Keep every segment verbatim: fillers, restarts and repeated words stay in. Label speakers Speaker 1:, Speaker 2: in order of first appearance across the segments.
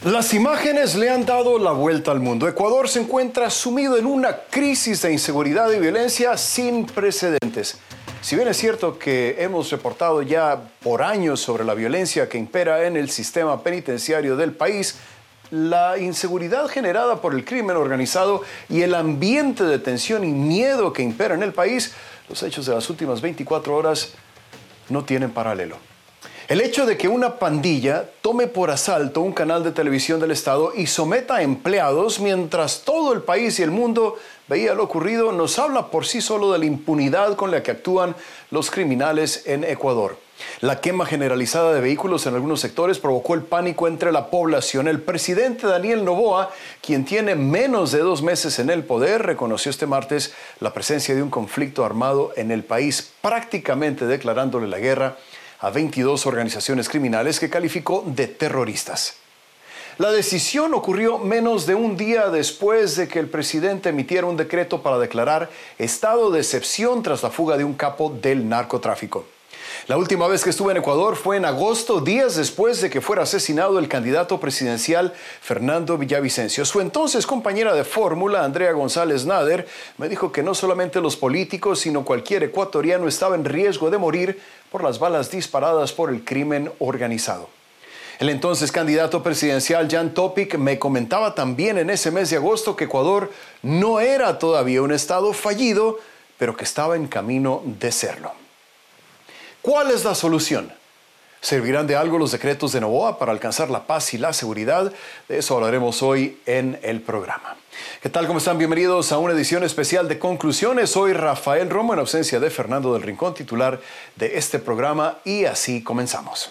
Speaker 1: Las imágenes le han dado la vuelta al mundo. Ecuador se encuentra sumido en una crisis de inseguridad y violencia sin precedentes. Si bien es cierto que hemos reportado ya por años sobre la violencia que impera en el sistema penitenciario del país, la inseguridad generada por el crimen organizado y el ambiente de tensión y miedo que impera en el país, los hechos de las últimas veinticuatro horas no tienen paralelo. El hecho de que una pandilla tome por asalto un canal de televisión del Estado y someta a empleados mientras todo el país y el mundo veía lo ocurrido nos habla por sí solo de la impunidad con la que actúan los criminales en Ecuador. La quema generalizada de vehículos en algunos sectores provocó el pánico entre la población. El presidente Daniel Noboa, quien tiene menos de dos meses en el poder, reconoció este martes la presencia de un conflicto armado en el país, prácticamente declarándole la guerra a veintidós organizaciones criminales que calificó de terroristas. La decisión ocurrió menos de un día después de que el presidente emitiera un decreto para declarar estado de excepción tras la fuga de un capo del narcotráfico. La última vez que estuve en Ecuador fue en agosto, días después de que fuera asesinado el candidato presidencial Fernando Villavicencio. Su entonces compañera de fórmula, Andrea González Nader, me dijo que no solamente los políticos, sino cualquier ecuatoriano estaba en riesgo de morir por las balas disparadas por el crimen organizado. El entonces candidato presidencial Jan Topic me comentaba también en ese mes de agosto que Ecuador no era todavía un estado fallido, pero que estaba en camino de serlo. ¿Cuál es la solución? ¿Servirán de algo los decretos de Noboa para alcanzar la paz y la seguridad? De eso hablaremos hoy en el programa. ¿Qué tal? ¿Cómo están? Bienvenidos a una edición especial de Conclusiones. Soy Rafael Romo, en ausencia de Fernando del Rincón, titular de este programa, y así comenzamos.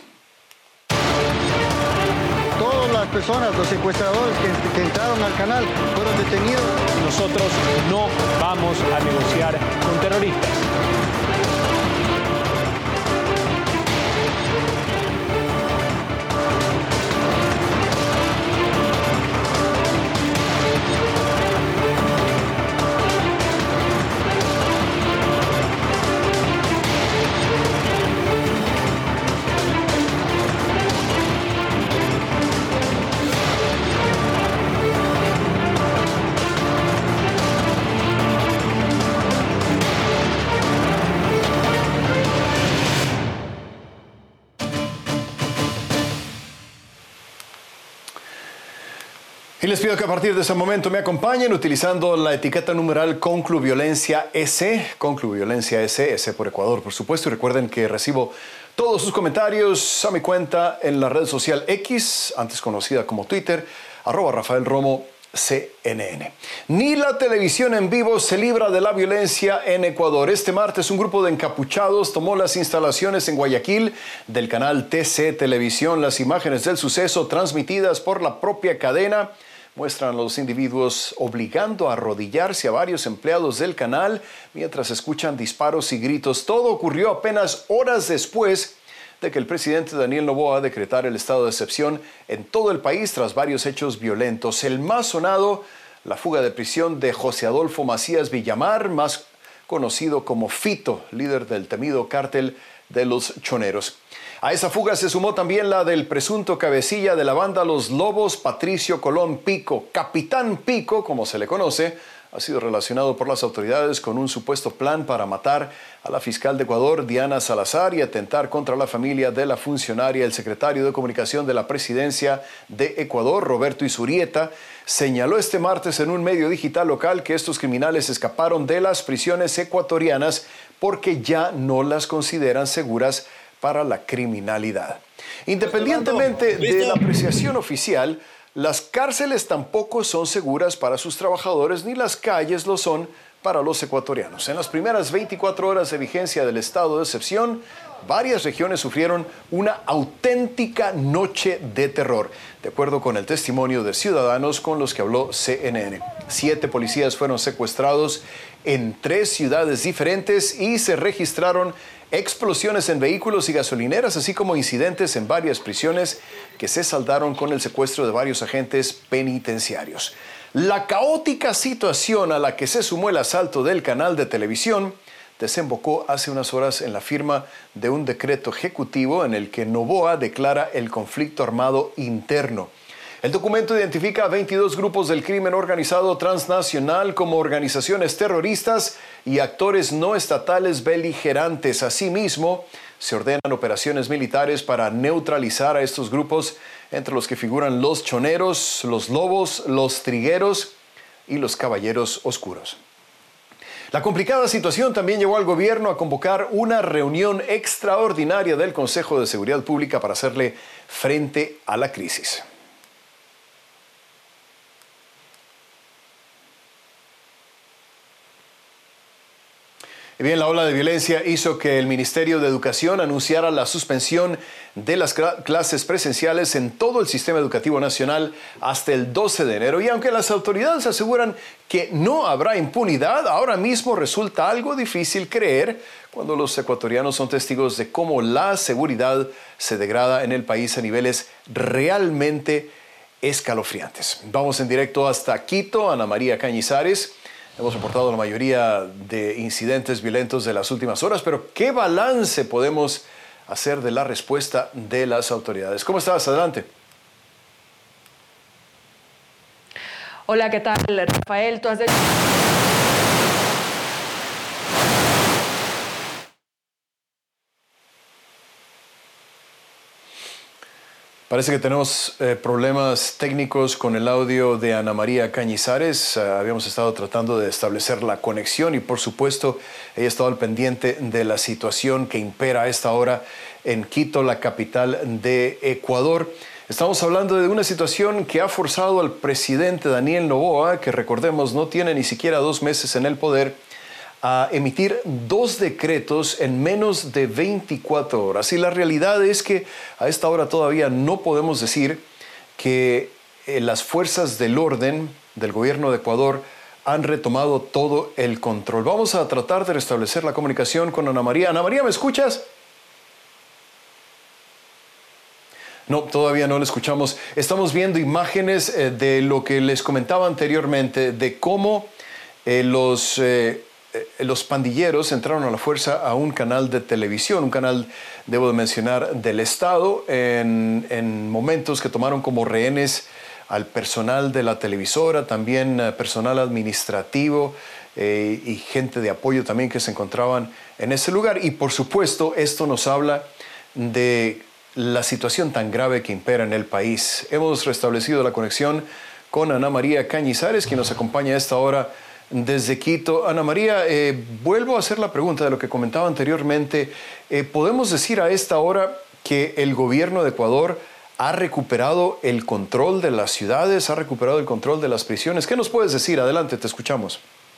Speaker 2: Todas las personas, los secuestradores que, que entraron al canal, fueron detenidos.
Speaker 3: Nosotros no vamos a negociar con terroristas.
Speaker 1: Y les pido que a partir de ese momento me acompañen utilizando la etiqueta numeral Concluviolencia S, Concluviolencia S, S por Ecuador, por supuesto. Y recuerden que recibo todos sus comentarios a mi cuenta en la red social X, antes conocida como Twitter, arroba Rafael Romo C N N. Ni la televisión en vivo se libra de la violencia en Ecuador. Este martes un grupo de encapuchados tomó las instalaciones en Guayaquil del canal T C Televisión. Las imágenes del suceso transmitidas por la propia cadena muestran a los individuos obligando a arrodillarse a varios empleados del canal mientras escuchan disparos y gritos. Todo ocurrió apenas horas después de que el presidente Daniel Noboa decretara el estado de excepción en todo el país tras varios hechos violentos. El más sonado, la fuga de prisión de José Adolfo Macías Villamar, más conocido como Fito, líder del temido cártel de los Choneros. A esa fuga se sumó también la del presunto cabecilla de la banda Los Lobos, Patricio Colón Pico. Capitán Pico, como se le conoce, ha sido relacionado por las autoridades con un supuesto plan para matar a la fiscal de Ecuador, Diana Salazar, y atentar contra la familia de la funcionaria. El secretario de Comunicación de la Presidencia de Ecuador, Roberto Izurieta, señaló este martes en un medio digital local que estos criminales escaparon de las prisiones ecuatorianas porque ya no las consideran seguras para la criminalidad. Independientemente de la apreciación oficial, las cárceles tampoco son seguras para sus trabajadores, ni las calles lo son para los ecuatorianos. En las primeras veinticuatro horas de vigencia del estado de excepción, varias regiones sufrieron una auténtica noche de terror, de acuerdo con el testimonio de ciudadanos con los que habló C N N. Siete policías fueron secuestrados en tres ciudades diferentes y se registraron explosiones en vehículos y gasolineras, así como incidentes en varias prisiones que se saldaron con el secuestro de varios agentes penitenciarios. La caótica situación a la que se sumó el asalto del canal de televisión desembocó hace unas horas en la firma de un decreto ejecutivo en el que Noboa declara el conflicto armado interno. El documento identifica a veintidós grupos del crimen organizado transnacional como organizaciones terroristas y actores no estatales beligerantes. Asimismo, se ordenan operaciones militares para neutralizar a estos grupos, entre los que figuran los choneros, los lobos, los trigueros y los caballeros oscuros. La complicada situación también llevó al gobierno a convocar una reunión extraordinaria del Consejo de Seguridad Pública para hacerle frente a la crisis. Bien, la ola de violencia hizo que el Ministerio de Educación anunciara la suspensión de las clases presenciales en todo el sistema educativo nacional hasta el doce de enero. Y aunque las autoridades aseguran que no habrá impunidad, ahora mismo resulta algo difícil creer cuando los ecuatorianos son testigos de cómo la seguridad se degrada en el país a niveles realmente escalofriantes. Vamos en directo hasta Quito. Ana María Cañizares. Hemos reportado la mayoría de incidentes violentos de las últimas horas, pero ¿qué balance podemos hacer de la respuesta de las autoridades? ¿Cómo estás? Adelante.
Speaker 4: Hola, ¿qué tal, Rafael? ¿Tú has de...
Speaker 1: Parece que tenemos eh, problemas técnicos con el audio de Ana María Cañizares. Uh, habíamos estado tratando de establecer la conexión y, por supuesto, ella ha estado al pendiente de la situación que impera a esta hora en Quito, la capital de Ecuador. Estamos hablando de una situación que ha forzado al presidente Daniel Noboa, que recordemos no tiene ni siquiera dos meses en el poder, a emitir dos decretos en menos de veinticuatro horas. Y la realidad es que a esta hora todavía no podemos decir que eh, las fuerzas del orden del gobierno de Ecuador han retomado todo el control. Vamos a tratar de restablecer la comunicación con Ana María. Ana María, ¿me escuchas? No, todavía no la escuchamos. Estamos viendo imágenes eh, de lo que les comentaba anteriormente, de cómo eh, los... Eh, Los pandilleros entraron a la fuerza a un canal de televisión, un canal, debo de mencionar, del Estado, en, en momentos que tomaron como rehenes al personal de la televisora, también uh, personal administrativo eh, y gente de apoyo también que se encontraban en ese lugar. Y por supuesto, esto nos habla de la situación tan grave que impera en el país. Hemos restablecido la conexión con Ana María Cañizares, quien nos acompaña a esta hora desde Quito. Ana María, eh, vuelvo a hacer la pregunta de lo que comentaba anteriormente. Eh, ¿Podemos decir a esta hora que el gobierno de Ecuador ha recuperado el control de las ciudades, ha recuperado el control de las prisiones? ¿Qué nos puedes decir? Adelante, te escuchamos.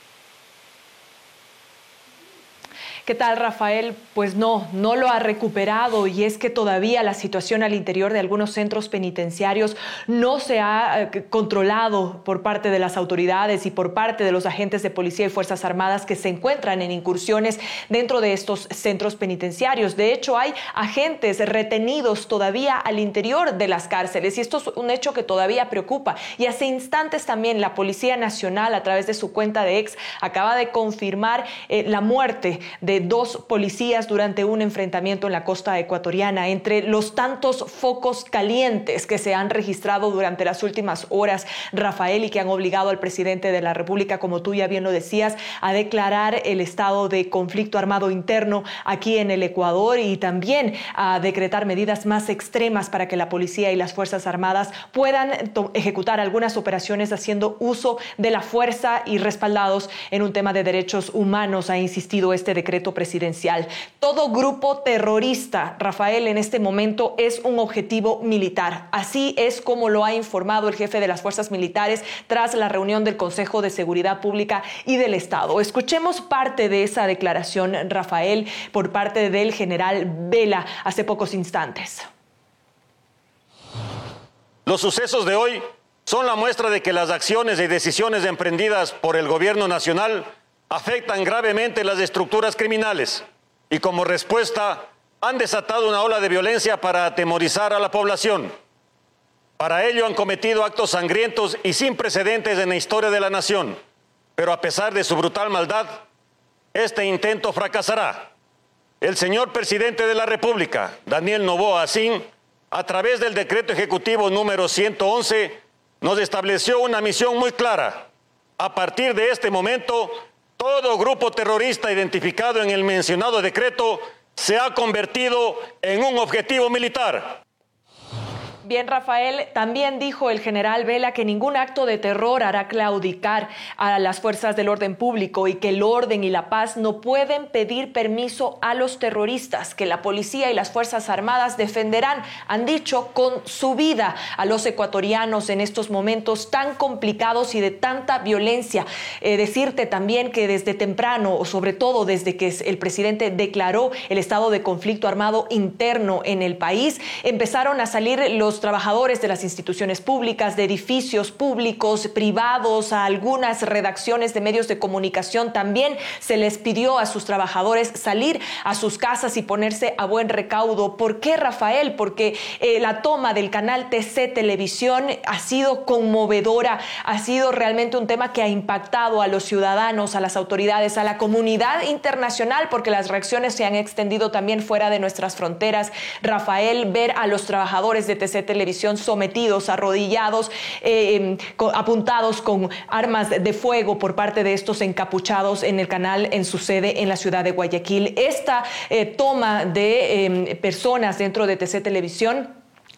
Speaker 4: ¿Qué tal, Rafael? Pues no, no lo ha recuperado, y es que todavía la situación al interior de algunos centros penitenciarios no se ha eh, controlado por parte de las autoridades y por parte de los agentes de policía y fuerzas armadas que se encuentran en incursiones dentro de estos centros penitenciarios. De hecho, hay agentes retenidos todavía al interior de las cárceles, y esto es un hecho que todavía preocupa. Y hace instantes también la Policía Nacional, a través de su cuenta de X, acaba de confirmar eh, la muerte de dos policías durante un enfrentamiento en la costa ecuatoriana. Entre los tantos focos calientes que se han registrado durante las últimas horas, Rafael, y que han obligado al presidente de la República, como tú ya bien lo decías, a declarar el estado de conflicto armado interno aquí en el Ecuador, y también a decretar medidas más extremas para que la policía y las Fuerzas Armadas puedan ejecutar algunas operaciones haciendo uso de la fuerza y respaldados en un tema de derechos humanos, ha insistido este decreto presidencial. Todo grupo terrorista, Rafael, en este momento es un objetivo militar. Así es como lo ha informado el jefe de las fuerzas militares tras la reunión del Consejo de Seguridad Pública y del Estado. Escuchemos parte de esa declaración, Rafael, por parte del general Vela hace pocos instantes.
Speaker 5: Los sucesos de hoy son la muestra de que las acciones y decisiones emprendidas por el gobierno nacional afectan gravemente las estructuras criminales y, como respuesta, han desatado una ola de violencia para atemorizar a la población. Para ello han cometido actos sangrientos y sin precedentes en la historia de la nación, pero a pesar de su brutal maldad, este intento fracasará. El señor presidente de la República, Daniel Noboa Asín, a través del decreto ejecutivo número ciento once, nos estableció una misión muy clara. A partir de este momento, todo grupo terrorista identificado en el mencionado decreto se ha convertido en un objetivo militar.
Speaker 4: Bien, Rafael, también dijo el general Vela que ningún acto de terror hará claudicar a las fuerzas del orden público y que el orden y la paz no pueden pedir permiso a los terroristas, que la policía y las fuerzas armadas defenderán, han dicho, con su vida a los ecuatorianos en estos momentos tan complicados y de tanta violencia. Eh, decirte también que desde temprano, o sobre todo desde que el presidente declaró el estado de conflicto armado interno en el país, empezaron a salir los trabajadores de las instituciones públicas, de edificios públicos, privados, a algunas redacciones de medios de comunicación. También se les pidió a sus trabajadores salir a sus casas y ponerse a buen recaudo. ¿Por qué, Rafael? Porque eh, la toma del canal T C Televisión ha sido conmovedora, ha sido realmente un tema que ha impactado a los ciudadanos, a las autoridades, a la comunidad internacional, porque las reacciones se han extendido también fuera de nuestras fronteras. Rafael, ver a los trabajadores de T C Televisión sometidos, arrodillados, eh, con, apuntados con armas de fuego por parte de estos encapuchados en el canal en su sede en la ciudad de Guayaquil. Esta eh, toma de eh, personas dentro de T C Televisión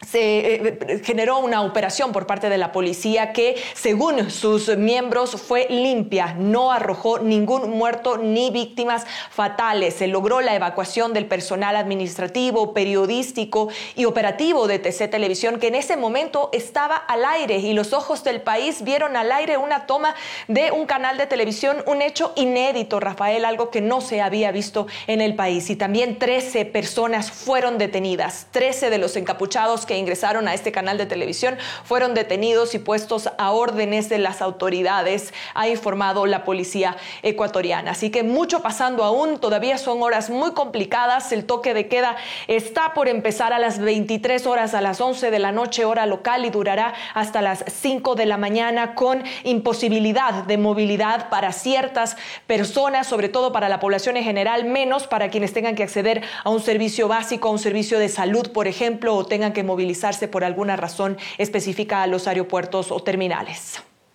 Speaker 4: se eh, generó una operación por parte de la policía que, según sus miembros, fue limpia, no arrojó ningún muerto ni víctimas fatales. Se logró la evacuación del personal administrativo, periodístico y operativo de T C Televisión, que en ese momento estaba al aire, y los ojos del país vieron al aire una toma de un canal de televisión, un hecho inédito, Rafael, algo que no se había visto en el país. Y también trece personas fueron detenidas, trece de los encapuchados que ingresaron a este canal de televisión fueron detenidos y puestos a órdenes de las autoridades, ha informado la policía ecuatoriana. Así que mucho pasando aún, todavía son horas muy complicadas. El toque de queda está por empezar a las veintitrés horas, a las once de la noche, hora local, y durará hasta las cinco de la mañana, con imposibilidad de movilidad para ciertas personas, sobre todo para la población en general, menos para quienes tengan que acceder a un servicio básico, a un servicio de salud, por ejemplo, o tengan que movilizarse por alguna razón específica a los aeropuertos o terminales.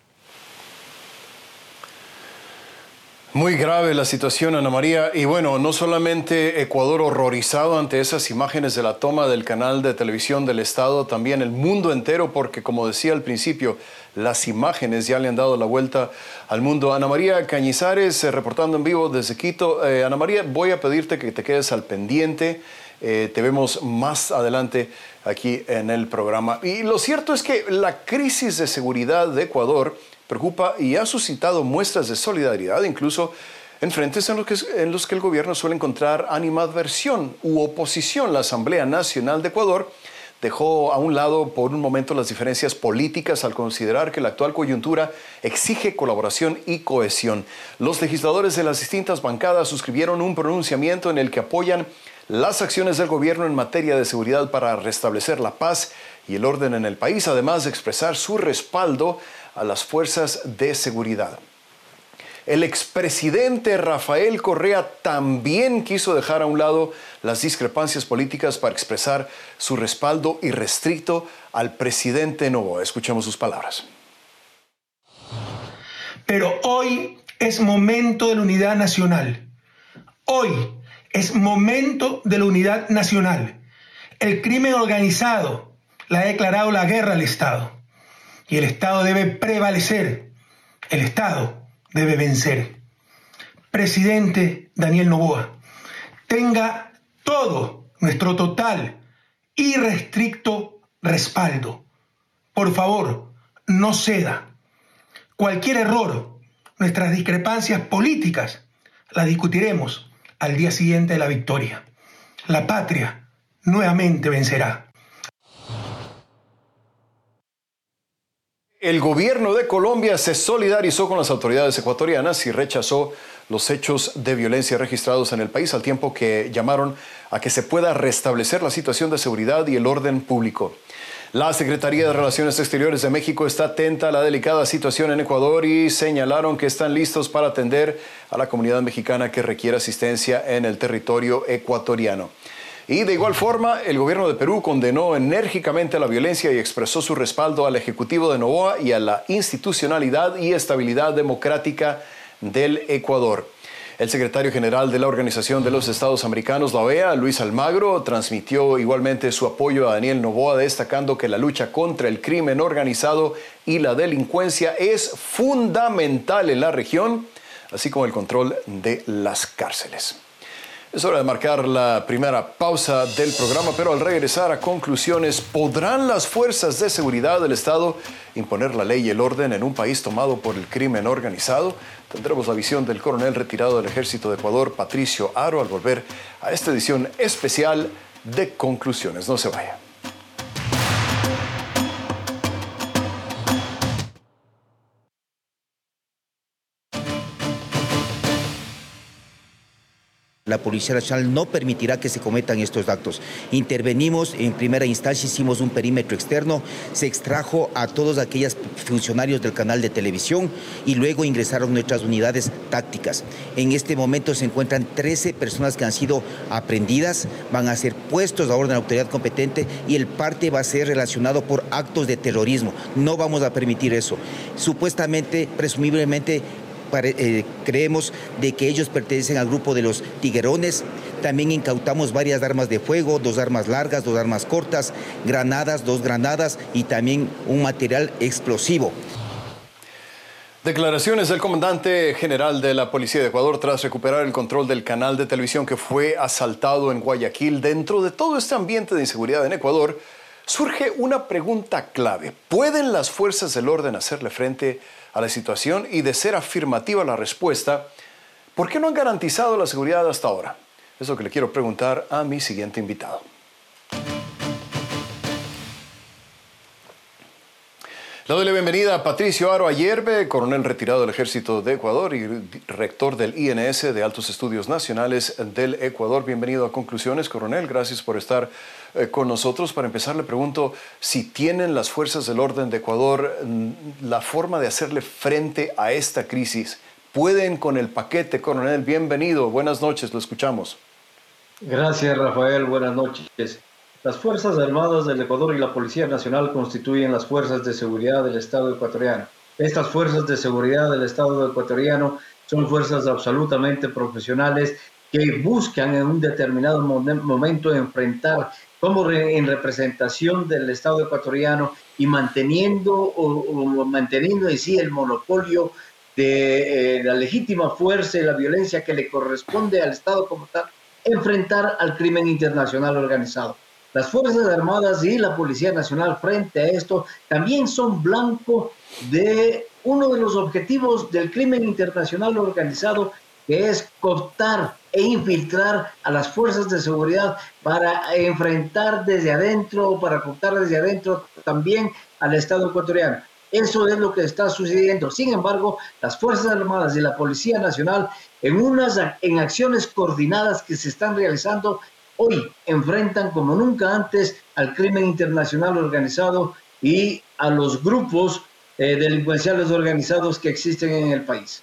Speaker 1: Muy grave la situación, Ana María. Y bueno, no solamente Ecuador horrorizado ante esas imágenes de la toma del canal de televisión del Estado, también el mundo entero, porque como decía al principio, las imágenes ya le han dado la vuelta al mundo. Ana María Cañizares, eh, reportando en vivo desde Quito. Eh, Ana María, voy a pedirte que te quedes al pendiente. Eh, te vemos más adelante aquí en el programa. Y lo cierto es que la crisis de seguridad de Ecuador preocupa y ha suscitado muestras de solidaridad, incluso en frentes en los que, en los que el gobierno suele encontrar animadversión u oposición. La Asamblea Nacional de Ecuador dejó a un lado por un momento las diferencias políticas al considerar que la actual coyuntura exige colaboración y cohesión. Los legisladores de las distintas bancadas suscribieron un pronunciamiento en el que apoyan las acciones del gobierno en materia de seguridad para restablecer la paz y el orden en el país, además de expresar su respaldo a las fuerzas de seguridad. El expresidente Rafael Correa también quiso dejar a un lado las discrepancias políticas para expresar su respaldo irrestricto al presidente Noboa. Escuchemos sus palabras.
Speaker 6: Pero hoy es momento de la unidad nacional. Hoy es momento de la unidad nacional. El crimen organizado le ha declarado la guerra al Estado. Y el Estado debe prevalecer. El Estado debe vencer. Presidente Daniel Noboa, tenga todo nuestro total, irrestricto respaldo. Por favor, no ceda. Cualquier error, nuestras discrepancias políticas, las discutiremos al día siguiente de la victoria. La patria nuevamente vencerá.
Speaker 1: El gobierno de Colombia se solidarizó con las autoridades ecuatorianas y rechazó los hechos de violencia registrados en el país, al tiempo que llamaron a que se pueda restablecer la situación de seguridad y el orden público. La Secretaría de Relaciones Exteriores de México está atenta a la delicada situación en Ecuador y señalaron que están listos para atender a la comunidad mexicana que requiere asistencia en el territorio ecuatoriano. Y de igual forma, el gobierno de Perú condenó enérgicamente la violencia y expresó su respaldo al Ejecutivo de Noboa y a la institucionalidad y estabilidad democrática del Ecuador. El secretario general de la Organización de los Estados Americanos, la O E A, Luis Almagro, transmitió igualmente su apoyo a Daniel Noboa, destacando que la lucha contra el crimen organizado y la delincuencia es fundamental en la región, así como el control de las cárceles. Es hora de marcar la primera pausa del programa, pero al regresar a conclusiones, ¿podrán las fuerzas de seguridad del Estado imponer la ley y el orden en un país tomado por el crimen organizado? Tendremos la visión del coronel retirado del Ejército de Ecuador, Patricio Aro, al volver a esta edición especial de Conclusiones. No se vaya.
Speaker 7: La Policía Nacional no permitirá que se cometan estos actos. Intervenimos, en primera instancia hicimos un perímetro externo, se extrajo a todos aquellos funcionarios del canal de televisión y luego ingresaron nuestras unidades tácticas. En este momento se encuentran trece personas que han sido aprehendidas, van a ser puestos a orden de la autoridad competente y el parte va a ser relacionado por actos de terrorismo. No vamos a permitir eso. Supuestamente, presumiblemente, Eh, creemos de que ellos pertenecen al grupo de los tiguerones. También incautamos varias armas de fuego, dos armas largas, dos armas cortas, granadas, dos granadas y también un material explosivo.
Speaker 1: Declaraciones del comandante general de la Policía de Ecuador tras recuperar el control del canal de televisión que fue asaltado en Guayaquil. Dentro de todo este ambiente de inseguridad en Ecuador, surge una pregunta clave. ¿Pueden las fuerzas del orden hacerle frente a la situación? Y de ser afirmativa la respuesta, ¿por qué no han garantizado la seguridad hasta ahora? Es lo que le quiero preguntar a mi siguiente invitado. Le doy la bienvenida a Patricio Aro Ayerbe, coronel retirado del Ejército de Ecuador y rector del I N S de Altos Estudios Nacionales del Ecuador. Bienvenido a Conclusiones, coronel. Gracias por estar eh, con nosotros. Para empezar, le pregunto si tienen las fuerzas del orden de Ecuador la forma de hacerle frente a esta crisis. ¿Pueden con el paquete, coronel? Bienvenido. Buenas noches, lo escuchamos.
Speaker 8: Gracias, Rafael. Buenas noches. Las Fuerzas Armadas del Ecuador y la Policía Nacional constituyen las fuerzas de seguridad del Estado ecuatoriano. Estas fuerzas de seguridad del Estado ecuatoriano son fuerzas absolutamente profesionales que buscan en un determinado momento enfrentar como re, en representación del Estado ecuatoriano y manteniendo, o, o manteniendo en sí el monopolio de eh, la legítima fuerza y la violencia que le corresponde al Estado como tal, enfrentar al crimen internacional organizado. Las Fuerzas Armadas y la Policía Nacional frente a esto también son blanco de uno de los objetivos del crimen internacional organizado, que es cooptar e infiltrar a las fuerzas de seguridad para enfrentar desde adentro, para cooptar desde adentro también al Estado ecuatoriano. Eso es lo que está sucediendo. Sin embargo, las Fuerzas Armadas y la Policía Nacional, en unas en acciones coordinadas que se están realizando, hoy enfrentan como nunca antes al crimen internacional organizado y a los grupos eh, delincuenciales organizados que existen en el país.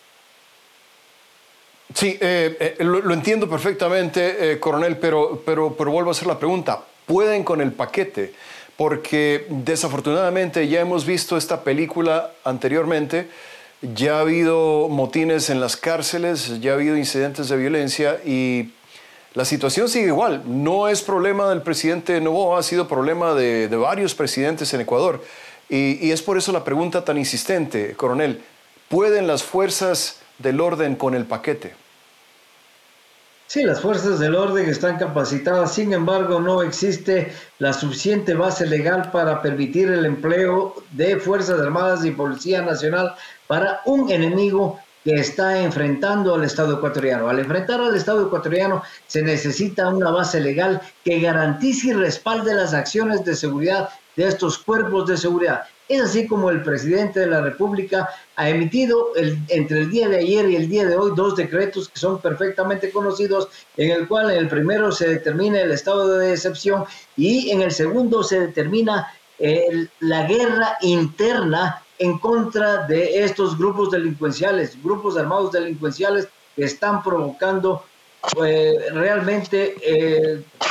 Speaker 1: Sí, eh, eh, lo, lo entiendo perfectamente, eh, coronel, pero, pero, pero vuelvo a hacer la pregunta. ¿Pueden con el paquete? Porque desafortunadamente ya hemos visto esta película anteriormente, ya ha habido motines en las cárceles, ya ha habido incidentes de violencia y la situación sigue igual. No es problema del presidente Noboa, ha sido problema de, de varios presidentes en Ecuador. Y, y es por eso la pregunta tan insistente, coronel. ¿Pueden las fuerzas del orden con el paquete?
Speaker 8: Sí, las fuerzas del orden están capacitadas, sin embargo no existe la suficiente base legal para permitir el empleo de Fuerzas Armadas y Policía Nacional para un enemigo que está enfrentando al Estado ecuatoriano. Al enfrentar al Estado ecuatoriano se necesita una base legal que garantice y respalde las acciones de seguridad de estos cuerpos de seguridad. Es así como el presidente de la República ha emitido el, entre el día de ayer y el día de hoy dos decretos que son perfectamente conocidos, en el cual en el primero se determina el estado de excepción y en el segundo se determina eh, la guerra interna en contra de estos grupos delincuenciales, grupos armados delincuenciales que están provocando eh, realmente eh,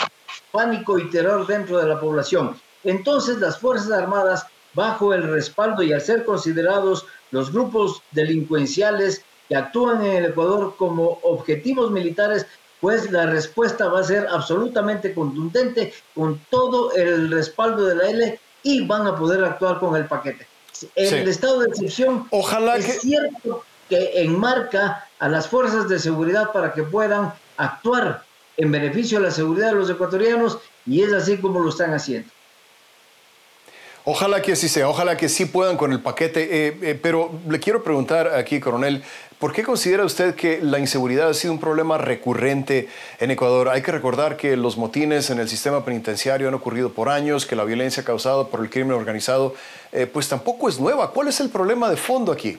Speaker 8: pánico y terror dentro de la población. Entonces las Fuerzas Armadas, bajo el respaldo y al ser considerados los grupos delincuenciales que actúan en el Ecuador como objetivos militares, pues la respuesta va a ser absolutamente contundente con todo el respaldo de la L y van a poder actuar con el paquete. El sí. estado de excepción
Speaker 1: Ojalá
Speaker 8: es
Speaker 1: que...
Speaker 8: cierto que enmarca a las fuerzas de seguridad para que puedan actuar en beneficio de la seguridad de los ecuatorianos, y es así como lo están haciendo.
Speaker 1: Ojalá que así sea, ojalá que sí puedan con el paquete, eh, eh, pero le quiero preguntar aquí, coronel, ¿por qué considera usted que la inseguridad ha sido un problema recurrente en Ecuador? Hay que recordar que los motines en el sistema penitenciario han ocurrido por años, que la violencia causada por el crimen organizado eh, pues tampoco es nueva. ¿Cuál es el problema de fondo aquí?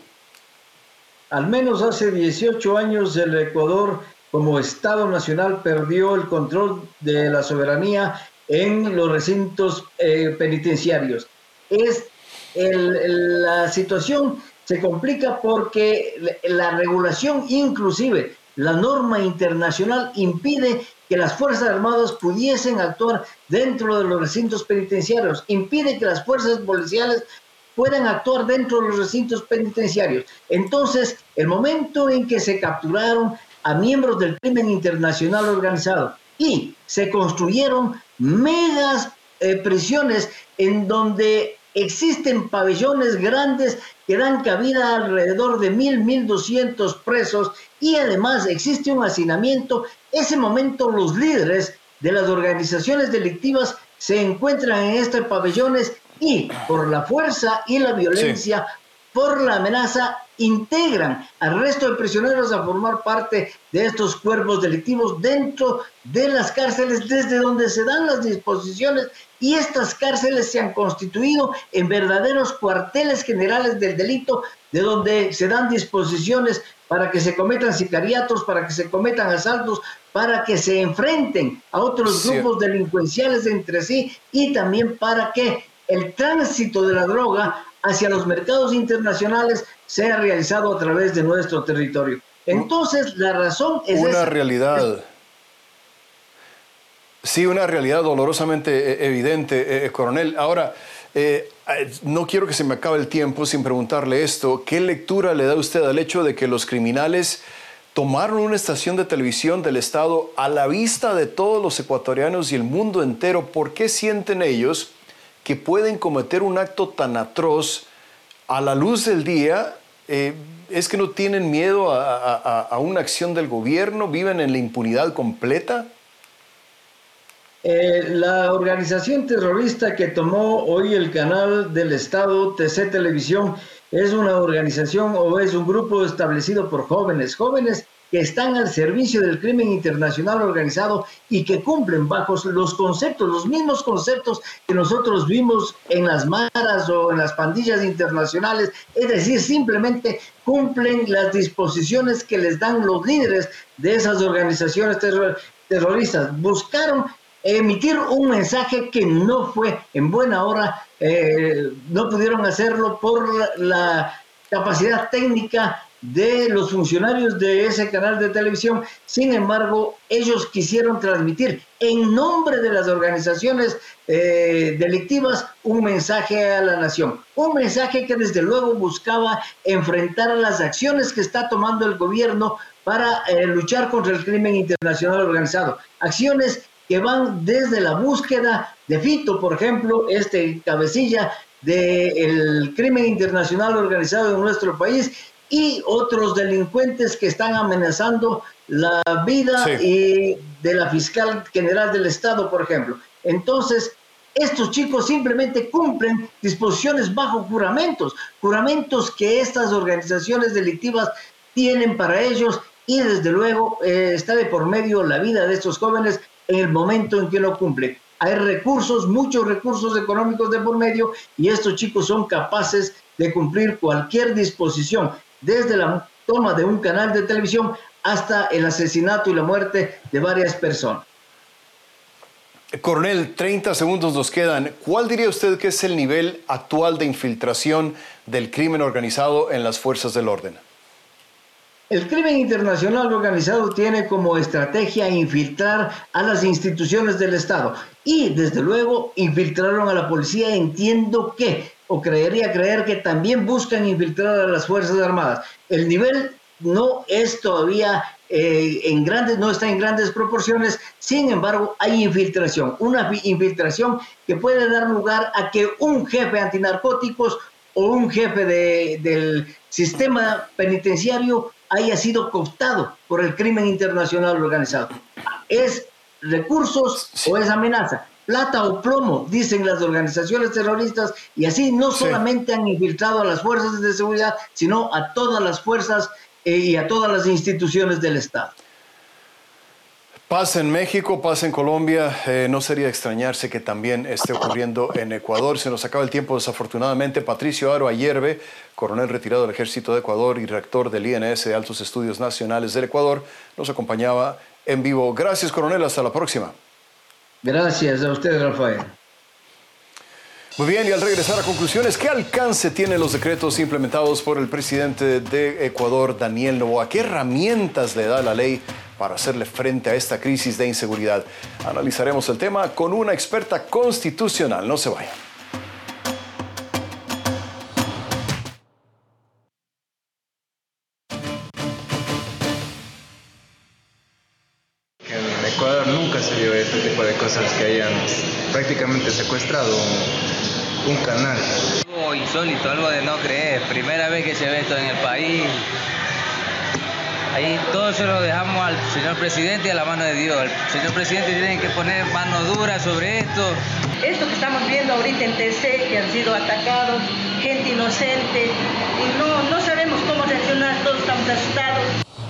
Speaker 8: Al menos hace dieciocho años el Ecuador como Estado Nacional perdió el control de la soberanía en los recintos eh, penitenciarios. Es el, el, la situación se complica porque la regulación, inclusive la norma internacional, impide que las Fuerzas Armadas pudiesen actuar dentro de los recintos penitenciarios, impide que las fuerzas policiales puedan actuar dentro de los recintos penitenciarios. Entonces, el momento en que se capturaron a miembros del crimen internacional organizado y se construyeron megas eh, prisiones en donde existen pabellones grandes que dan cabida a alrededor de mil, mil doscientos presos, y además existe un hacinamiento. Ese momento los líderes de las organizaciones delictivas se encuentran en estos pabellones y por la fuerza y la violencia, sí. por la amenaza, integran al resto de prisioneros a formar parte de estos cuerpos delictivos dentro de las cárceles desde donde se dan las disposiciones, y estas cárceles se han constituido en verdaderos cuarteles generales del delito, de donde se dan disposiciones para que se cometan sicariatos, para que se cometan asaltos, para que se enfrenten a otros sí. grupos delincuenciales entre sí, y también para que el tránsito de la droga hacia los mercados internacionales sea realizado a través de nuestro territorio. Entonces, la razón es
Speaker 1: una
Speaker 8: esa.
Speaker 1: realidad. Sí, una realidad dolorosamente evidente, eh, coronel. Ahora, eh, no quiero que se me acabe el tiempo sin preguntarle esto. ¿Qué lectura le da usted al hecho de que los criminales tomaron una estación de televisión del Estado a la vista de todos los ecuatorianos y el mundo entero? ¿Por qué sienten ellos que pueden cometer un acto tan atroz a la luz del día? Eh, ¿Es que no tienen miedo a, a, a una acción del gobierno? ¿Viven en la impunidad completa?
Speaker 8: Eh, la organización terrorista que tomó hoy el canal del Estado, T C Televisión, es una organización o es un grupo establecido por jóvenes, jóvenes que están al servicio del crimen internacional organizado y que cumplen bajo los conceptos, los mismos conceptos que nosotros vimos en las maras o en las pandillas internacionales, es decir, simplemente cumplen las disposiciones que les dan los líderes de esas organizaciones terror terroristas. Buscaron emitir un mensaje que no fue en buena hora, eh, no pudieron hacerlo por la, la capacidad técnica de los funcionarios de ese canal de televisión. Sin embargo, ellos quisieron transmitir en nombre de las organizaciones eh, delictivas un mensaje a la nación, un mensaje que desde luego buscaba enfrentar las acciones que está tomando el gobierno para eh, luchar contra el crimen internacional organizado, acciones que van desde la búsqueda de Fito, por ejemplo, este cabecilla del crimen internacional organizado en nuestro país, y otros delincuentes que están amenazando la vida sí. y de la fiscal general del Estado, por ejemplo. Entonces, estos chicos simplemente cumplen disposiciones bajo juramentos, juramentos que estas organizaciones delictivas tienen para ellos, y desde luego eh, está de por medio la vida de estos jóvenes en el momento en que lo cumplen. Hay recursos, muchos recursos económicos de por medio, y estos chicos son capaces de cumplir cualquier disposición, desde la toma de un canal de televisión hasta el asesinato y la muerte de varias personas.
Speaker 1: Coronel, treinta segundos nos quedan. ¿Cuál diría usted que es el nivel actual de infiltración del crimen organizado en las fuerzas del orden?
Speaker 8: El crimen internacional organizado tiene como estrategia infiltrar a las instituciones del Estado y, desde luego, infiltraron a la policía. Entiendo que, o creería creer que también buscan infiltrar a las Fuerzas Armadas. El nivel no es todavía eh, en grandes, no está en grandes proporciones, sin embargo, hay infiltración, una infiltración que puede dar lugar a que un jefe antinarcóticos o un jefe de, del sistema penitenciario haya sido cooptado por el crimen internacional organizado. ¿Es recursos o es amenaza? Plata o plomo, dicen las organizaciones terroristas, y así no solamente sí. han infiltrado a las fuerzas de seguridad, sino a todas las fuerzas eh, y a todas las instituciones del Estado.
Speaker 1: Pasa en México, pasa en Colombia, eh, no sería extrañarse que también esté ocurriendo en Ecuador. Se nos acaba el tiempo desafortunadamente. Patricio Aro Ayerbe, coronel retirado del Ejército de Ecuador y rector del I N S de Altos Estudios Nacionales del Ecuador, nos acompañaba en vivo. Gracias, coronel, hasta la próxima.
Speaker 8: Gracias a usted, Rafael.
Speaker 1: Muy bien, y al regresar a conclusiones, ¿qué alcance tienen los decretos implementados por el presidente de Ecuador, Daniel Noboa? ¿Qué herramientas le da la ley para hacerle frente a esta crisis de inseguridad? Analizaremos el tema con una experta constitucional. No se vayan.
Speaker 9: En Ecuador nunca se vio este tipo de cosas, que hayan prácticamente secuestrado un, un canal.
Speaker 10: Algo insólito, algo de no creer. Primera vez que se ve esto en el país. Ahí todo se lo dejamos al señor presidente y a la mano de Dios. El señor presidente tiene que poner mano dura sobre esto.
Speaker 11: Esto que estamos viendo ahorita en T C, que han sido atacados, gente inocente, y no, no sabemos cómo reaccionar, todos estamos asustados.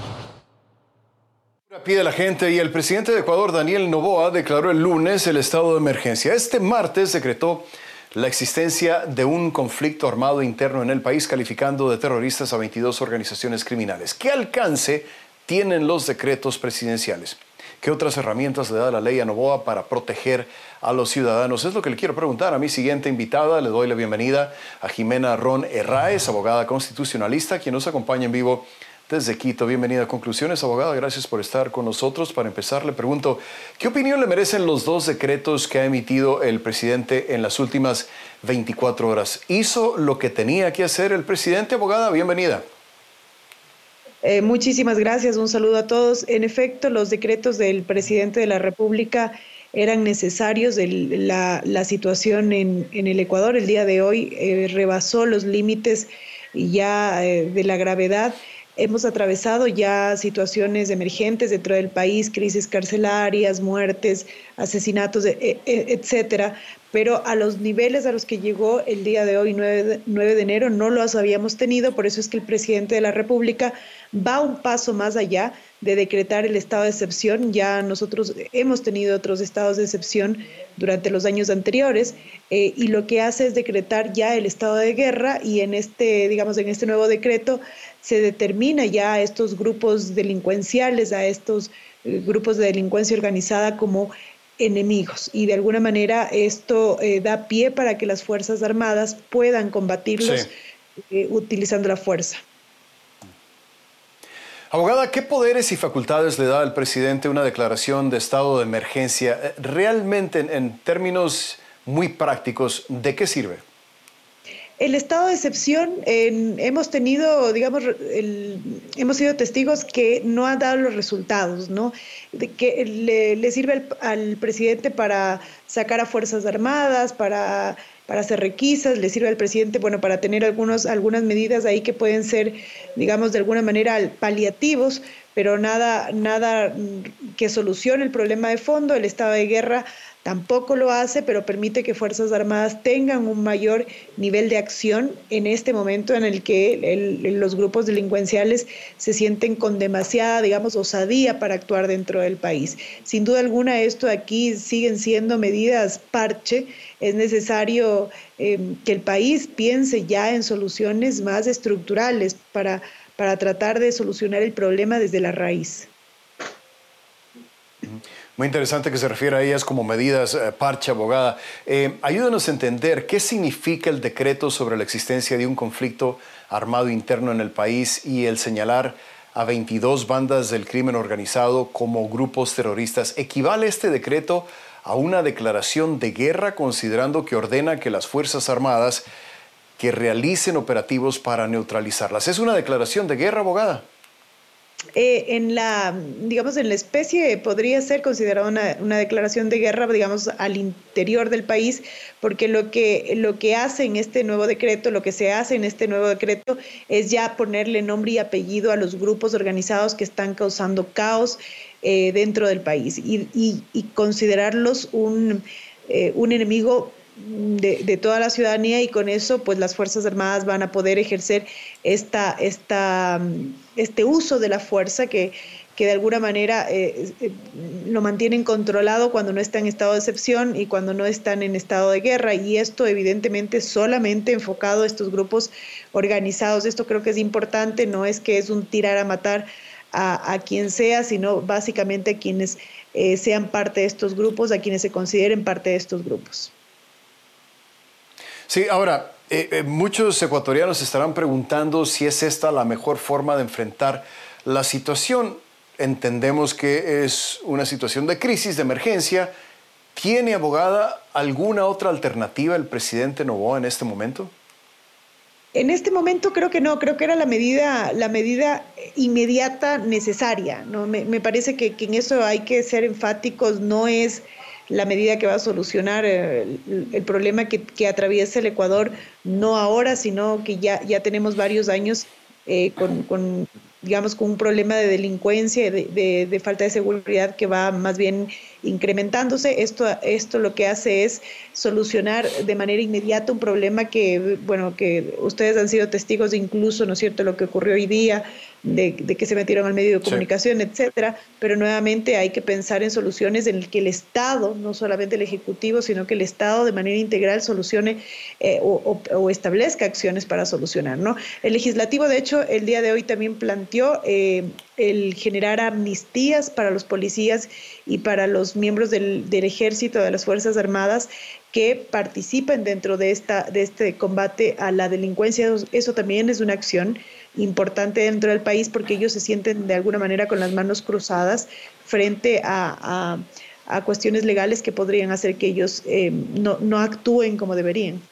Speaker 1: Pide la gente y el presidente de Ecuador, Daniel Noboa, declaró el lunes el estado de emergencia. Este martes decretó la existencia de un conflicto armado interno en el país, calificando de terroristas a veintidós organizaciones criminales. ¿Qué alcance tienen los decretos presidenciales? ¿Qué otras herramientas le da la ley a Noboa para proteger a los ciudadanos? Es lo que le quiero preguntar a mi siguiente invitada. Le doy la bienvenida a Jimena Ron Herráez, abogada constitucionalista, quien nos acompaña en vivo desde Quito. Bienvenida a Conclusiones, abogada. Gracias por estar con nosotros. Para empezar, le pregunto, ¿qué opinión le merecen los dos decretos que ha emitido el presidente en las últimas veinticuatro horas? ¿Hizo lo que tenía que hacer el presidente, abogada? Bienvenida.
Speaker 12: Eh, muchísimas gracias. Un saludo a todos. En efecto, los decretos del presidente de la República eran necesarios. El, la, la situación en, en el Ecuador el día de hoy eh, rebasó los límites ya eh, de la gravedad. Hemos atravesado ya situaciones emergentes dentro del país, crisis carcelarias, muertes, asesinatos, etcétera, pero a los niveles a los que llegó el día de hoy, nueve de enero, no los habíamos tenido. Por eso es que el presidente de la República va un paso más allá de decretar el estado de excepción. Ya nosotros hemos tenido otros estados de excepción durante los años anteriores, eh, y lo que hace es decretar ya el estado de guerra, y en este, digamos, en este nuevo decreto se determina ya a estos grupos delincuenciales, a estos eh, grupos de delincuencia organizada como enemigos, y de alguna manera esto eh, da pie para que las Fuerzas Armadas puedan combatirlos, sí. eh, utilizando la fuerza.
Speaker 1: Abogada, ¿qué poderes y facultades le da al presidente una declaración de estado de emergencia? Realmente, en, en términos muy prácticos, ¿de qué sirve?
Speaker 12: El estado de excepción, eh, hemos tenido, digamos, el, hemos sido testigos que no ha dado los resultados, ¿no? De que le, le sirve al, al presidente para sacar a Fuerzas Armadas, para, para hacer requisas, le sirve al presidente, bueno, para tener algunos, algunas medidas ahí que pueden ser, digamos, de alguna manera paliativos, pero nada, nada que solucione el problema de fondo. El estado de guerra tampoco lo hace, pero permite que Fuerzas Armadas tengan un mayor nivel de acción en este momento en el que el, los grupos delincuenciales se sienten con demasiada, digamos, osadía para actuar dentro del país. Sin duda alguna, esto aquí siguen siendo medidas parche. Es necesario eh, que el país piense ya en soluciones más estructurales para, para tratar de solucionar el problema desde la raíz.
Speaker 1: Muy interesante que se refiere a ellas como medidas eh, parche, abogada. Eh, ayúdanos a entender qué significa el decreto sobre la existencia de un conflicto armado interno en el país y el señalar a veintidós bandas del crimen organizado como grupos terroristas. ¿Equivale este decreto a una declaración de guerra, considerando que ordena que las Fuerzas Armadas que realicen operativos para neutralizarlas? ¿Es una declaración de guerra, abogada?
Speaker 12: Eh, en la, digamos, en la especie podría ser considerada una, una declaración de guerra, digamos, al interior del país, porque lo que, lo que hace en este nuevo decreto, lo que se hace en este nuevo decreto es ya ponerle nombre y apellido a los grupos organizados que están causando caos eh, dentro del país y, y, y considerarlos un, eh, un enemigo De, de toda la ciudadanía, y con eso pues las Fuerzas Armadas van a poder ejercer esta, esta, este uso de la fuerza que, que de alguna manera eh, eh, lo mantienen controlado cuando no está en estado de excepción y cuando no están en estado de guerra, y esto evidentemente solamente enfocado a estos grupos organizados. Esto creo que es importante, no es que es un tirar a matar a, a quien sea, sino básicamente a quienes eh, sean parte de estos grupos, a quienes se consideren parte de estos grupos.
Speaker 1: Sí, ahora, eh, eh, muchos ecuatorianos estarán preguntando si es esta la mejor forma de enfrentar la situación. Entendemos que es una situación de crisis, de emergencia. ¿Tiene, abogada, alguna otra alternativa el presidente Noboa en este momento?
Speaker 12: En este momento creo que no, creo que era la medida, la medida inmediata necesaria, ¿no? Me, me parece que, que en eso hay que ser enfáticos, no es la medida que va a solucionar el, el problema que, que atraviesa el Ecuador, no ahora, sino que ya, ya tenemos varios años eh, con, con, digamos, con un problema de delincuencia, de, de, de falta de seguridad que va más bien incrementándose. Esto, esto lo que hace es solucionar de manera inmediata un problema que, bueno, que ustedes han sido testigos de incluso, ¿no es cierto?, lo que ocurrió hoy día, de, de que se metieron al medio de comunicación, sí, etcétera, pero nuevamente hay que pensar en soluciones en las que el Estado, no solamente el Ejecutivo, sino que el Estado de manera integral solucione eh, o, o, o establezca acciones para solucionar, ¿no? El Legislativo, de hecho, el día de hoy también planteó eh, el generar amnistías para los policías y para los miembros del, del Ejército, de las Fuerzas Armadas, que participen dentro de, esta, de este combate a la delincuencia. Eso también es una acción importante dentro del país, porque ellos se sienten de alguna manera con las manos cruzadas frente a, a, a cuestiones legales que podrían hacer que ellos eh, no, no actúen como deberían.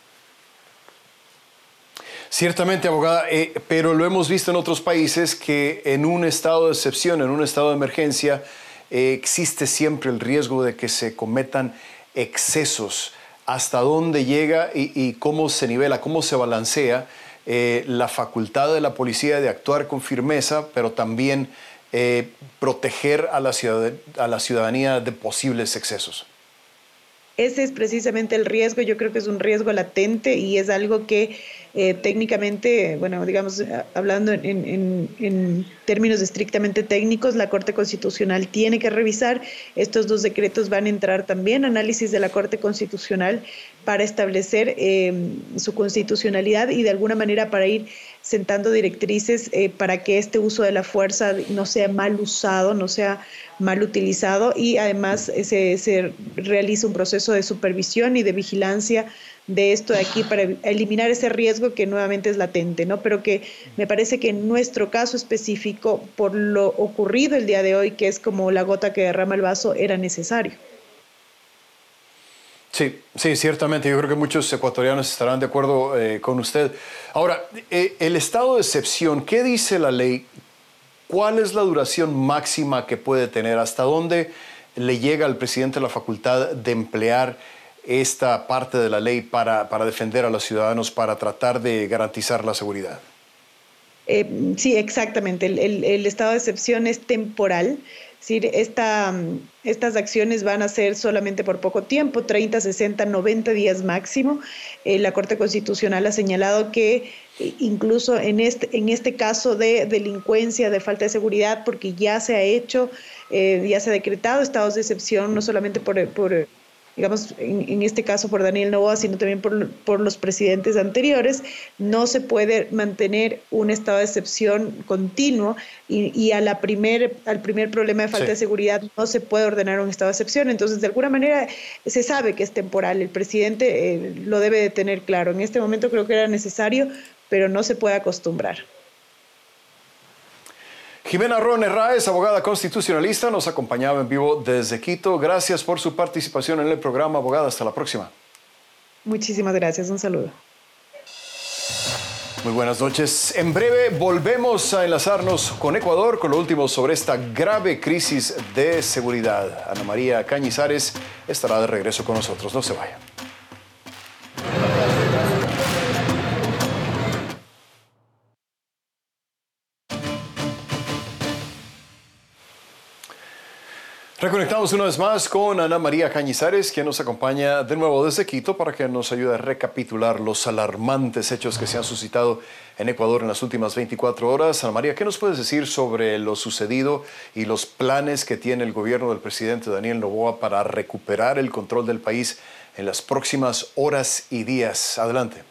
Speaker 1: Ciertamente, abogada, eh, pero lo hemos visto en otros países que en un estado de excepción, en un estado de emergencia, eh, existe siempre el riesgo de que se cometan excesos. ¿Hasta dónde llega y, y cómo se nivela, cómo se balancea eh, la facultad de la policía de actuar con firmeza, pero también eh, proteger a la, ciudad, a la ciudadanía de posibles excesos?
Speaker 12: Ese es precisamente el riesgo. Yo creo que es un riesgo latente y es algo que eh, técnicamente, bueno, digamos, hablando en, en, en términos estrictamente técnicos, la Corte Constitucional tiene que revisar. Estos dos decretos van a entrar también a análisis de la Corte Constitucional para establecer eh, su constitucionalidad y de alguna manera para ir sentando directrices eh, para que este uso de la fuerza no sea mal usado, no sea mal utilizado, y además eh, se, se realiza un proceso de supervisión y de vigilancia de esto de aquí para eliminar ese riesgo que nuevamente es latente, ¿no? Pero que me parece que en nuestro caso específico, por lo ocurrido el día de hoy, que es como la gota que derrama el vaso, era necesario.
Speaker 1: Sí, sí, ciertamente. Yo creo que muchos ecuatorianos estarán de acuerdo eh, con usted. Ahora, eh, el estado de excepción, ¿qué dice la ley? ¿Cuál es la duración máxima que puede tener? ¿Hasta dónde le llega al presidente la facultad de emplear esta parte de la ley para, para defender a los ciudadanos, para tratar de garantizar la seguridad?
Speaker 12: Eh, sí, exactamente. El, el, el estado de excepción es temporal. Es decir, esta, estas acciones van a ser solamente por poco tiempo, treinta, sesenta, noventa días máximo. Eh, la Corte Constitucional ha señalado que eh, incluso en este, en este caso de delincuencia, de falta de seguridad, porque ya se ha hecho, eh, ya se ha decretado estados de excepción, no solamente por, por digamos, en, en este caso por Daniel Noboa, sino también por, por los presidentes anteriores, no se puede mantener un estado de excepción continuo y, y a la primer, al primer problema de falta sí. de seguridad no se puede ordenar un estado de excepción. Entonces, de alguna manera, se sabe que es temporal. El presidente eh, lo debe de tener claro. En este momento creo que era necesario, pero no se puede acostumbrar.
Speaker 1: Jimena Ron Herráez, abogada constitucionalista, nos acompañaba en vivo desde Quito. Gracias por su participación en el programa, abogada. Hasta la próxima.
Speaker 12: Muchísimas gracias. Un saludo.
Speaker 1: Muy buenas noches. En breve volvemos a enlazarnos con Ecuador con lo último sobre esta grave crisis de seguridad. Ana María Cañizares estará de regreso con nosotros. No se vaya. Reconectamos una vez más con Ana María Cañizares, quien nos acompaña de nuevo desde Quito para que nos ayude a recapitular los alarmantes hechos que se han suscitado en Ecuador en las últimas veinticuatro horas. Ana María, ¿qué nos puedes decir sobre lo sucedido y los planes que tiene el gobierno del presidente Daniel Noboa para recuperar el control del país en las próximas horas y días? Adelante.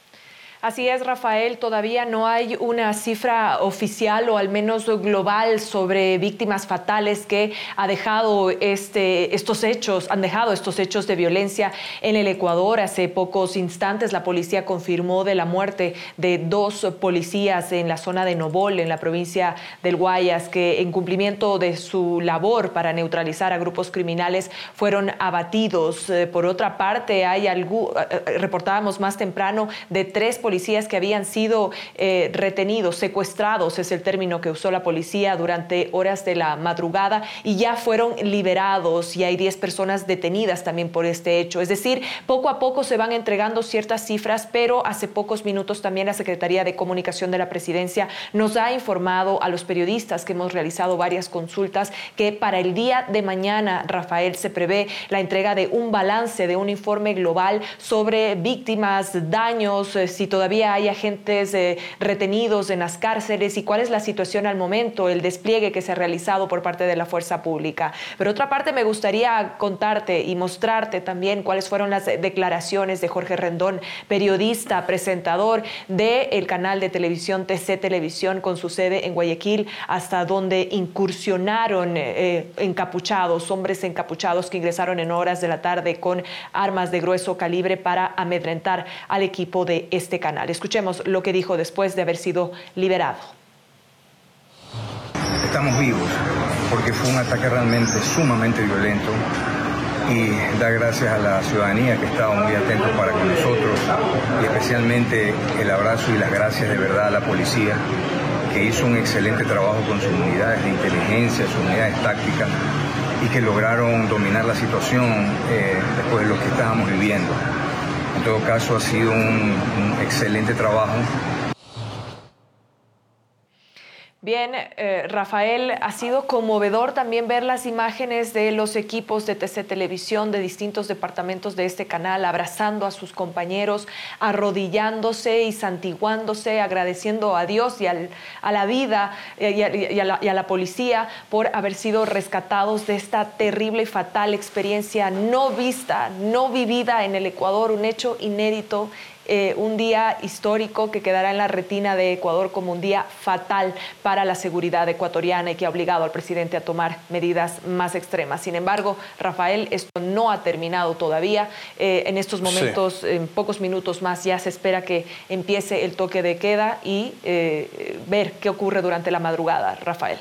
Speaker 4: Así es, Rafael, todavía no hay una cifra oficial o al menos global sobre víctimas fatales que ha dejado este, estos hechos, han dejado estos hechos de violencia en el Ecuador. Hace pocos instantes la policía confirmó de la muerte de dos policías en la zona de Nobol, en la provincia del Guayas, que en cumplimiento de su labor para neutralizar a grupos criminales fueron abatidos. Por otra parte, hay algo, reportábamos más temprano de tres policías policías que habían sido eh, retenidos, secuestrados, es el término que usó la policía durante horas de la madrugada, y ya fueron liberados, y hay diez personas detenidas también por este hecho. Es decir, poco a poco se van entregando ciertas cifras, pero hace pocos minutos también la Secretaría de Comunicación de la Presidencia nos ha informado a los periodistas que hemos realizado varias consultas que para el día de mañana, Rafael, se prevé la entrega de un balance, de un informe global sobre víctimas, daños, eh, situaciones todavía hay agentes eh, retenidos en las cárceles y cuál es la situación al momento, el despliegue que se ha realizado por parte de la fuerza pública. Pero otra parte me gustaría contarte y mostrarte también cuáles fueron las declaraciones de Jorge Rendón, periodista, presentador del canal de televisión T C Televisión con su sede en Guayaquil, hasta donde incursionaron eh, encapuchados, hombres encapuchados que ingresaron en horas de la tarde con armas de grueso calibre para amedrentar al equipo de este canal. Escuchemos lo que dijo después de haber sido liberado.
Speaker 13: Estamos vivos porque fue un ataque realmente sumamente violento y da gracias a la ciudadanía que estaba muy atento para con nosotros, y especialmente el abrazo y las gracias de verdad a la policía, que hizo un excelente trabajo con sus unidades de inteligencia, sus unidades tácticas, y que lograron dominar la situación eh, después de lo que estábamos viviendo. En todo caso, ha sido un, un excelente trabajo.
Speaker 4: Bien, eh, Rafael, ha sido conmovedor también ver las imágenes de los equipos de T C Televisión de distintos departamentos de este canal abrazando a sus compañeros, arrodillándose y santiguándose, agradeciendo a Dios y al, a la vida y a, y, a la, y a la policía por haber sido rescatados de esta terrible y fatal experiencia no vista, no vivida en el Ecuador, un hecho inédito. Eh, un día histórico que quedará en la retina de Ecuador como un día fatal para la seguridad ecuatoriana y que ha obligado al presidente a tomar medidas más extremas. Sin embargo, Rafael, esto no ha terminado todavía. Eh, en estos momentos, sí. En pocos minutos más, ya se espera que empiece el toque de queda y eh, ver qué ocurre durante la madrugada, Rafael.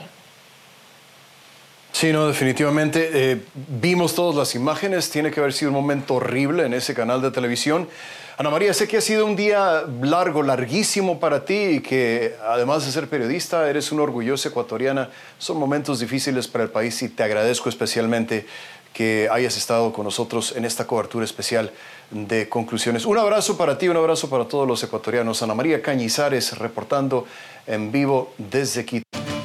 Speaker 1: Sí, no, definitivamente. Eh, vimos todas las imágenes. Tiene que haber sido un momento horrible en ese canal de televisión. Ana María, sé que ha sido un día largo, larguísimo para ti y que además de ser periodista, eres una orgullosa ecuatoriana. Son momentos difíciles para el país y te agradezco especialmente que hayas estado con nosotros en esta cobertura especial de Conclusiones. Un abrazo para ti, un abrazo para todos los ecuatorianos. Ana María Cañizares reportando en vivo desde Quito.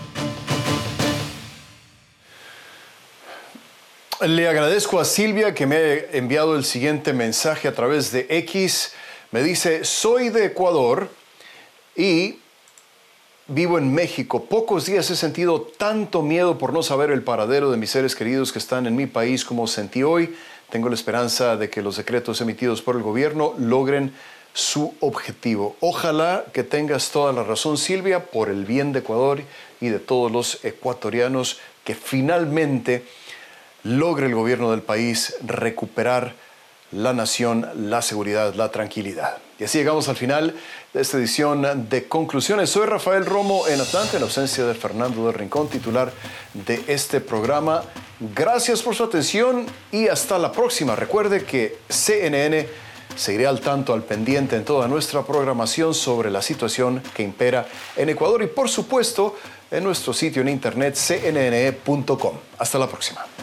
Speaker 1: Le agradezco a Silvia que me ha enviado el siguiente mensaje a través de X. Me dice, soy de Ecuador y vivo en México. Pocos días he sentido tanto miedo por no saber el paradero de mis seres queridos que están en mi país como sentí hoy. Tengo la esperanza de que los decretos emitidos por el gobierno logren su objetivo. Ojalá que tengas toda la razón, Silvia, por el bien de Ecuador y de todos los ecuatorianos, que finalmente logre el gobierno del país recuperar la nación, la seguridad, la tranquilidad. Y así llegamos al final de esta edición de Conclusiones. Soy Rafael Romo en Atlanta, en ausencia de Fernando del Rincón, titular de este programa. Gracias por su atención y hasta la próxima. Recuerde que C N N seguirá al tanto, al pendiente en toda nuestra programación sobre la situación que impera en Ecuador y, por supuesto, en nuestro sitio en internet c n n e punto com. Hasta la próxima.